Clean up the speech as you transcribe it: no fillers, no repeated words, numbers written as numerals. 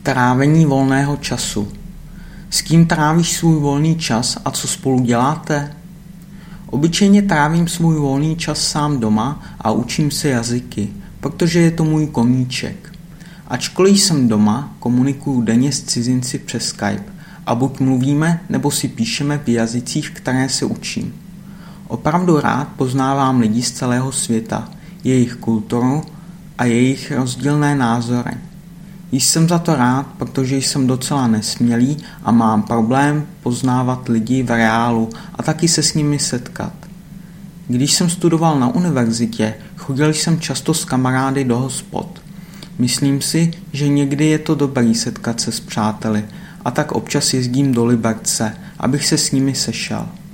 Trávení volného času. S kým trávíš svůj volný čas a co spolu děláte? Obyčejně trávím svůj volný čas sám doma a učím se jazyky, protože je to můj koníček. Ačkoliv jsem doma, komunikuju denně s cizinci přes Skype a buď mluvíme, nebo si píšeme v jazycích, které se učím. Opravdu rád poznávám lidi z celého světa, jejich kulturu a jejich rozdílné názory. Jsem za to rád, protože jsem docela nesmělý a mám problém poznávat lidi v reálu a taky se s nimi setkat. Když jsem studoval na univerzitě, chodil jsem často s kamarády do hospod. Myslím si, že někdy je to dobrý setkat se s přáteli a tak občas jezdím do Liberce, abych se s nimi sešel.